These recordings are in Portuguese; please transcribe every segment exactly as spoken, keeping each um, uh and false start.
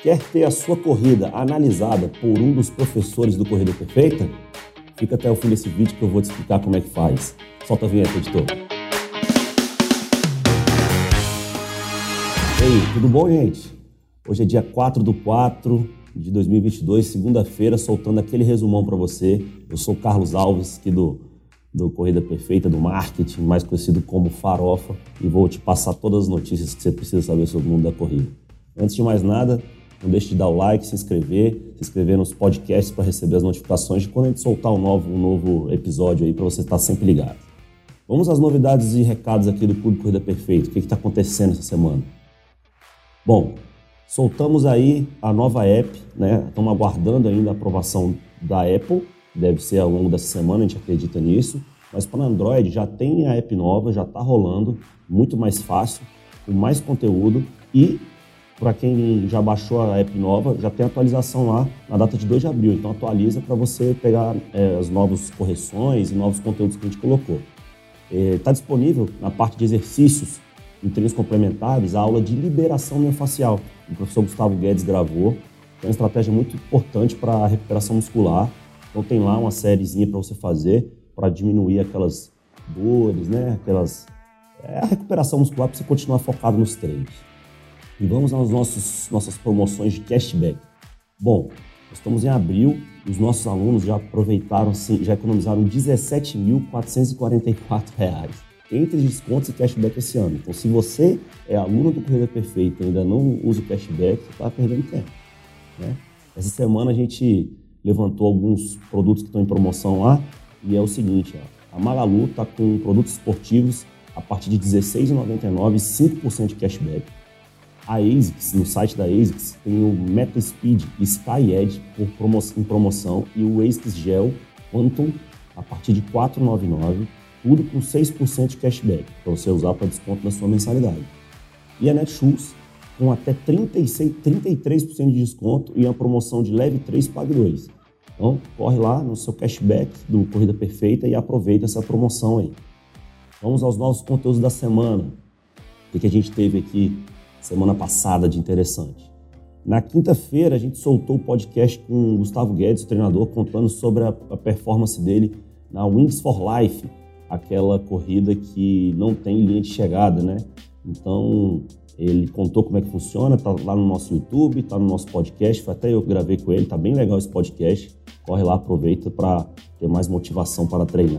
Quer ter a sua corrida analisada por um dos professores do Corrida Perfeita? Fica até o fim desse vídeo que eu vou te explicar como é que faz. Solta a vinheta, editor. E aí, tudo bom, gente? Hoje é dia quatro de quatro de dois mil e vinte e dois, segunda-feira, soltando aquele resumão para você. Eu sou o Carlos Alves, aqui do, do Corrida Perfeita, do marketing, mais conhecido como Farofa, e vou te passar todas as notícias que você precisa saber sobre o mundo da corrida. Antes de mais nada, não deixe de dar o like, se inscrever, se inscrever nos podcasts para receber as notificações de quando a gente soltar um novo, um novo episódio aí para você estar sempre ligado. Vamos às novidades e recados aqui do Clube Corrida Perfeita. O que está acontecendo essa semana? Bom, soltamos aí a nova app, né? Estamos aguardando ainda a aprovação da Apple, deve ser ao longo dessa semana, a gente acredita nisso. Mas para Android já tem a app nova, já está rolando, muito mais fácil, com mais conteúdo e... Para quem já baixou a app nova, já tem atualização lá na data de dois de abril. Então atualiza para você pegar é, as novas correções e novos conteúdos que a gente colocou. Está é, disponível na parte de exercícios, em treinos complementares, a aula de liberação miofascial. O professor Gustavo Guedes gravou. É uma estratégia muito importante para a recuperação muscular. Então tem lá uma sériezinha para você fazer para diminuir aquelas dores, né? Aquelas, é a recuperação muscular para você continuar focado nos treinos. E vamos às nossos, nossas promoções de cashback. Bom, nós estamos em abril e os nossos alunos já aproveitaram, já economizaram dezessete mil quatrocentos e quarenta e quatro reais entre descontos e cashback esse ano. Então, se você é aluno do Corrida Perfeita e ainda não usa o cashback, você está perdendo tempo, né? Essa semana a gente levantou alguns produtos que estão em promoção lá e é o seguinte, ó, a Magalu está com produtos esportivos a partir de dezesseis reais e noventa e nove centavos, cinco por cento de cashback. A ASICS, no site da ASICS, tem o MetaSpeed Sky Edge por promo- em promoção e o ASICS Gel Quantum a partir de quatrocentos e noventa e nove reais, tudo com seis por cento de cashback, para você usar para desconto na sua mensalidade. E a Netshoes com até trinta e seis, trinta e três por cento de desconto e uma promoção de leve três, pague dois. Então, corre lá no seu cashback do Corrida Perfeita e aproveita essa promoção aí. Vamos aos novos conteúdos da semana. O que a gente teve aqui semana passada de interessante. Na quinta-feira, a gente soltou o podcast com o Gustavo Guedes, o treinador, contando sobre a, a performance dele na Wings for Life, aquela corrida que não tem linha de chegada, né? Então, ele contou como é que funciona, tá lá no nosso YouTube, tá no nosso podcast, foi até eu que gravei com ele, tá bem legal esse podcast. Corre lá, aproveita para ter mais motivação para treinar.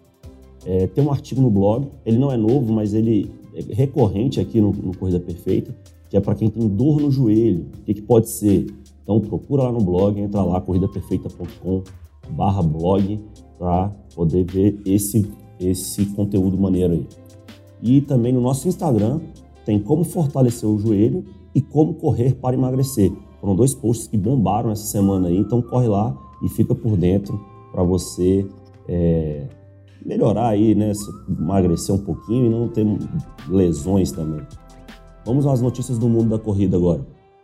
É, tem um artigo no blog, ele não é novo, mas ele é recorrente aqui no, no Corrida Perfeita, que é para quem tem dor no joelho. O que, que pode ser? Então procura lá no blog, entra lá, corrida perfeita ponto com barra blog, para poder ver esse, esse conteúdo maneiro aí. E também no nosso Instagram tem como fortalecer o joelho e como correr para emagrecer. Foram dois posts que bombaram essa semana aí, então corre lá e fica por dentro para você... É, melhorar aí, né, emagrecer um pouquinho e não ter lesões também. Vamos às notícias do mundo da corrida agora.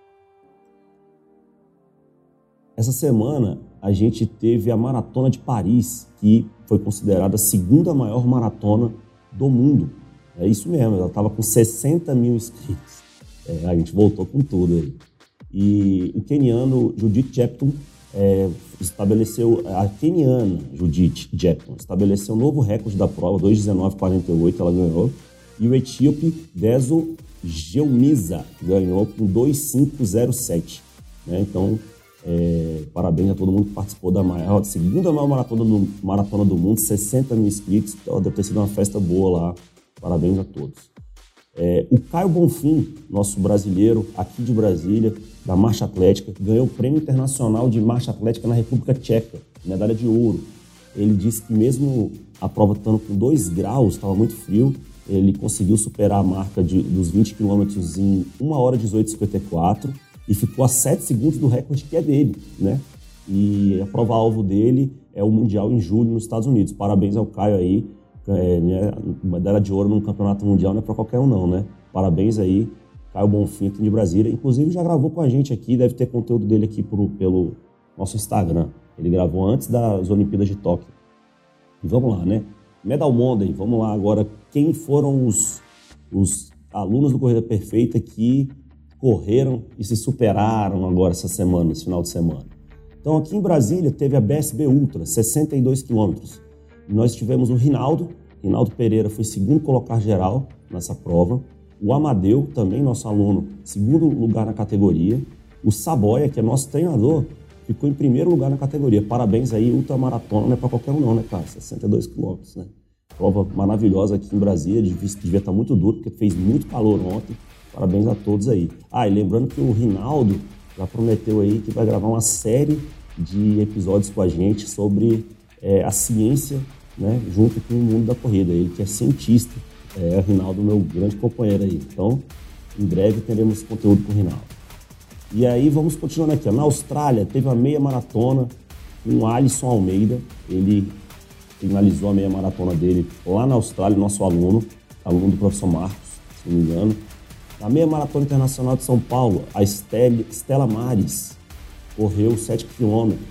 Essa semana a gente teve a Maratona de Paris, que foi considerada a segunda maior maratona do mundo. É isso mesmo, ela estava com sessenta mil inscritos. É, a gente voltou com tudo aí. E o queniano Judith Jeptum É, estabeleceu, a queniana Judith Jeptum estabeleceu um novo recorde da prova, dois dezenove quarenta e oito, ela ganhou, e o etíope Deso Geumisa ganhou com dois cinco zero sete, né? Então, é, parabéns a todo mundo que participou da maior, segunda maior maratona do, maratona do mundo, sessenta mil inscritos, então deve ter sido uma festa boa lá, parabéns a todos. É, o Caio Bonfim, nosso brasileiro aqui de Brasília, da marcha atlética, ganhou o Prêmio Internacional de Marcha Atlética na República Tcheca, medalha de ouro. Ele disse que mesmo a prova estando com dois graus, estava muito frio, ele conseguiu superar a marca de, dos vinte quilômetros em uma hora dezoito e cinquenta e quatro e ficou a sete segundos do recorde que é dele, né? E a prova-alvo dele é o Mundial em julho nos Estados Unidos. Parabéns ao Caio aí. É, né, medalha de ouro num campeonato mundial não é para qualquer um não, né? Parabéns aí, Caio Bonfim aqui de Brasília. Inclusive já gravou com a gente aqui, deve ter conteúdo dele aqui pro, pelo nosso Instagram. Ele gravou antes das Olimpíadas de Tóquio. E vamos lá, né? Medal Monday, vamos lá agora. Quem foram os, os alunos do Corrida Perfeita que correram e se superaram agora essa semana, esse final de semana. Então aqui em Brasília teve a B S B Ultra, sessenta e dois quilômetros. Nós tivemos o Rinaldo, Rinaldo Pereira foi segundo colocar geral nessa prova. O Amadeu, também nosso aluno, segundo lugar na categoria. O Saboia, que é nosso treinador, ficou em primeiro lugar na categoria. Parabéns aí, ultramaratona não é para qualquer um não, né, cara? sessenta e dois quilômetros, né? Prova maravilhosa aqui em Brasília, devia, devia estar muito duro, porque fez muito calor ontem. Parabéns a todos aí. Ah, e lembrando que o Rinaldo já prometeu aí que vai gravar uma série de episódios com a gente sobre é, a ciência, né, junto com o mundo da corrida. Ele que é cientista, é o Rinaldo, meu grande companheiro aí. Então, em breve teremos conteúdo com o Rinaldo. E aí vamos continuando aqui. Ó. Na Austrália teve a meia maratona com o Alisson Almeida. Ele finalizou a meia maratona dele lá na Austrália, nosso aluno, aluno do professor Marcos, se não me engano. Na meia maratona internacional de São Paulo, a Estelle, Estela Mares correu sete quilômetros.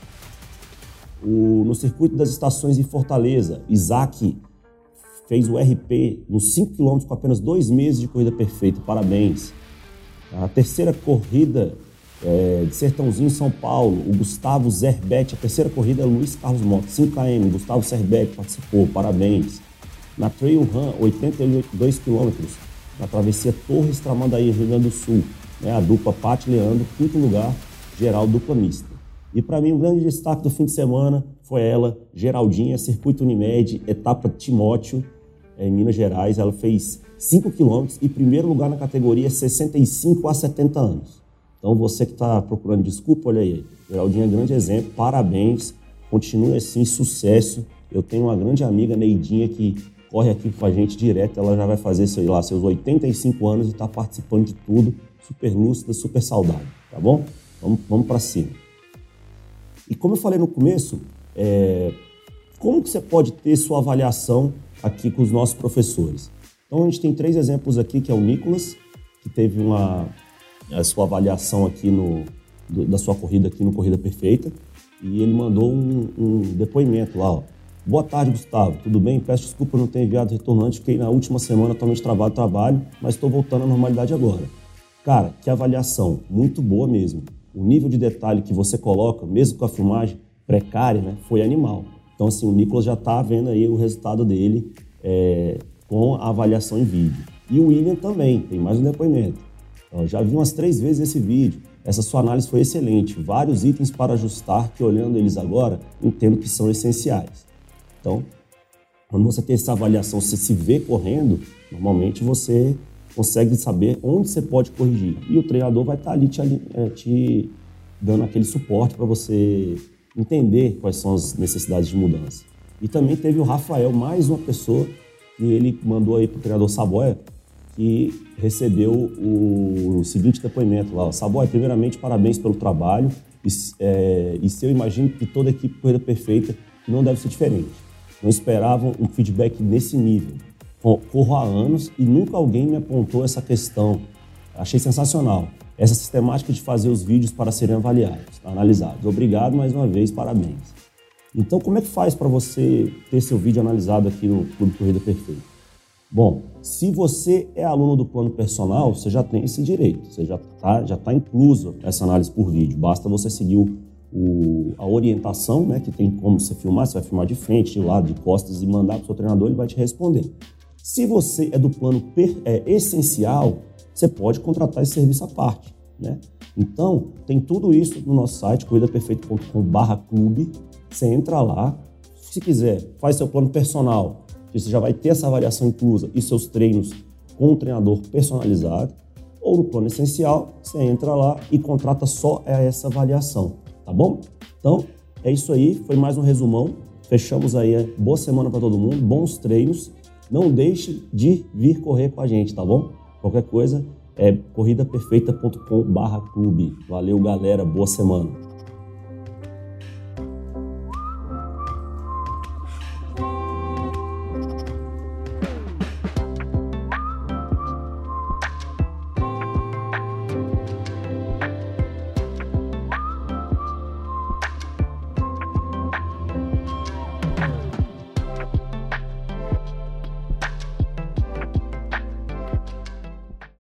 O, no circuito das estações em Fortaleza, Isaac fez o R P nos cinco quilômetros com apenas dois meses de corrida perfeita. Parabéns. A terceira corrida é, de Sertãozinho, São Paulo, o Gustavo Zerbete. A terceira corrida é Luiz Carlos Mota, cinco quilômetros. Gustavo Zerbete participou. Parabéns. Na Trail Run, oitenta e dois quilômetros. Na travessia Torres Tramandaí, Rio Grande do Sul. Né, a dupla Paty Leandro, quinto lugar, geral dupla mista. E para mim, o grande destaque do fim de semana foi ela, Geraldinha, Circuito Unimed, etapa Timóteo, em Minas Gerais. Ela fez cinco quilômetros e primeiro lugar na categoria sessenta e cinco a setenta anos. Então, você que está procurando desculpa, olha aí. Geraldinha é grande exemplo, parabéns, continue assim, sucesso. Eu tenho uma grande amiga, Neidinha, que corre aqui com a gente direto. Ela já vai fazer, sei lá, seus oitenta e cinco anos e está participando de tudo. Super lúcida, super saudável, tá bom? Vamos, vamos para cima. E como eu falei no começo, é, como que você pode ter sua avaliação aqui com os nossos professores? Então a gente tem três exemplos aqui, que é o Nicolas, que teve uma, a sua avaliação aqui no, do, da sua corrida aqui no Corrida Perfeita, e ele mandou um, um depoimento lá, ó. Boa tarde, Gustavo, tudo bem? Peço desculpa por não ter enviado retorno antes, fiquei na última semana totalmente travado do trabalho, mas estou voltando à normalidade agora. Cara, que avaliação, muito boa mesmo. O nível de detalhe que você coloca, mesmo com a filmagem precária, né, foi animal. Então, assim, o Nicolas já está vendo aí o resultado dele é, com a avaliação em vídeo. E o William também, tem mais um depoimento. Eu já vi umas três vezes esse vídeo. Essa sua análise foi excelente. Vários itens para ajustar que, olhando eles agora, entendo que são essenciais. Então, quando você tem essa avaliação, você se vê correndo, normalmente você consegue saber onde você pode corrigir. E o treinador vai estar ali te, é, te dando aquele suporte para você entender quais são as necessidades de mudança. E também teve o Rafael, mais uma pessoa que ele mandou aí para o treinador Saboia, que recebeu o, o seguinte depoimento lá. Saboia, primeiramente, parabéns pelo trabalho. E, é, e se eu imagino que toda a equipe Corrida Perfeita não deve ser diferente. Não esperavam um feedback nesse nível. Corro há anos e nunca alguém me apontou essa questão. Achei sensacional. Essa sistemática de fazer os vídeos para serem avaliados, analisados. Obrigado mais uma vez, parabéns. Então, como é que faz para você ter seu vídeo analisado aqui no Clube Corrida Perfeita? Bom, se você é aluno do plano personal, você já tem esse direito. Você já está já tá incluso essa análise por vídeo. Basta você seguir o, o, a orientação, né, que tem como você filmar. Você vai filmar de frente, de lado, de costas e mandar para o seu treinador, ele vai te responder. Se você é do plano per, é, essencial, você pode contratar esse serviço à parte, né? Então, tem tudo isso no nosso site, corrida perfeita ponto com barra clube. Você entra lá, se quiser, faz seu plano personal, que você já vai ter essa avaliação inclusa e seus treinos com um treinador personalizado. Ou no plano essencial, você entra lá e contrata só essa avaliação, tá bom? Então, é isso aí, foi mais um resumão. Fechamos aí, boa semana para todo mundo, bons treinos. Não deixe de vir correr com a gente, tá bom? Qualquer coisa é corrida perfeita ponto com barra clube. Valeu, galera. Boa semana.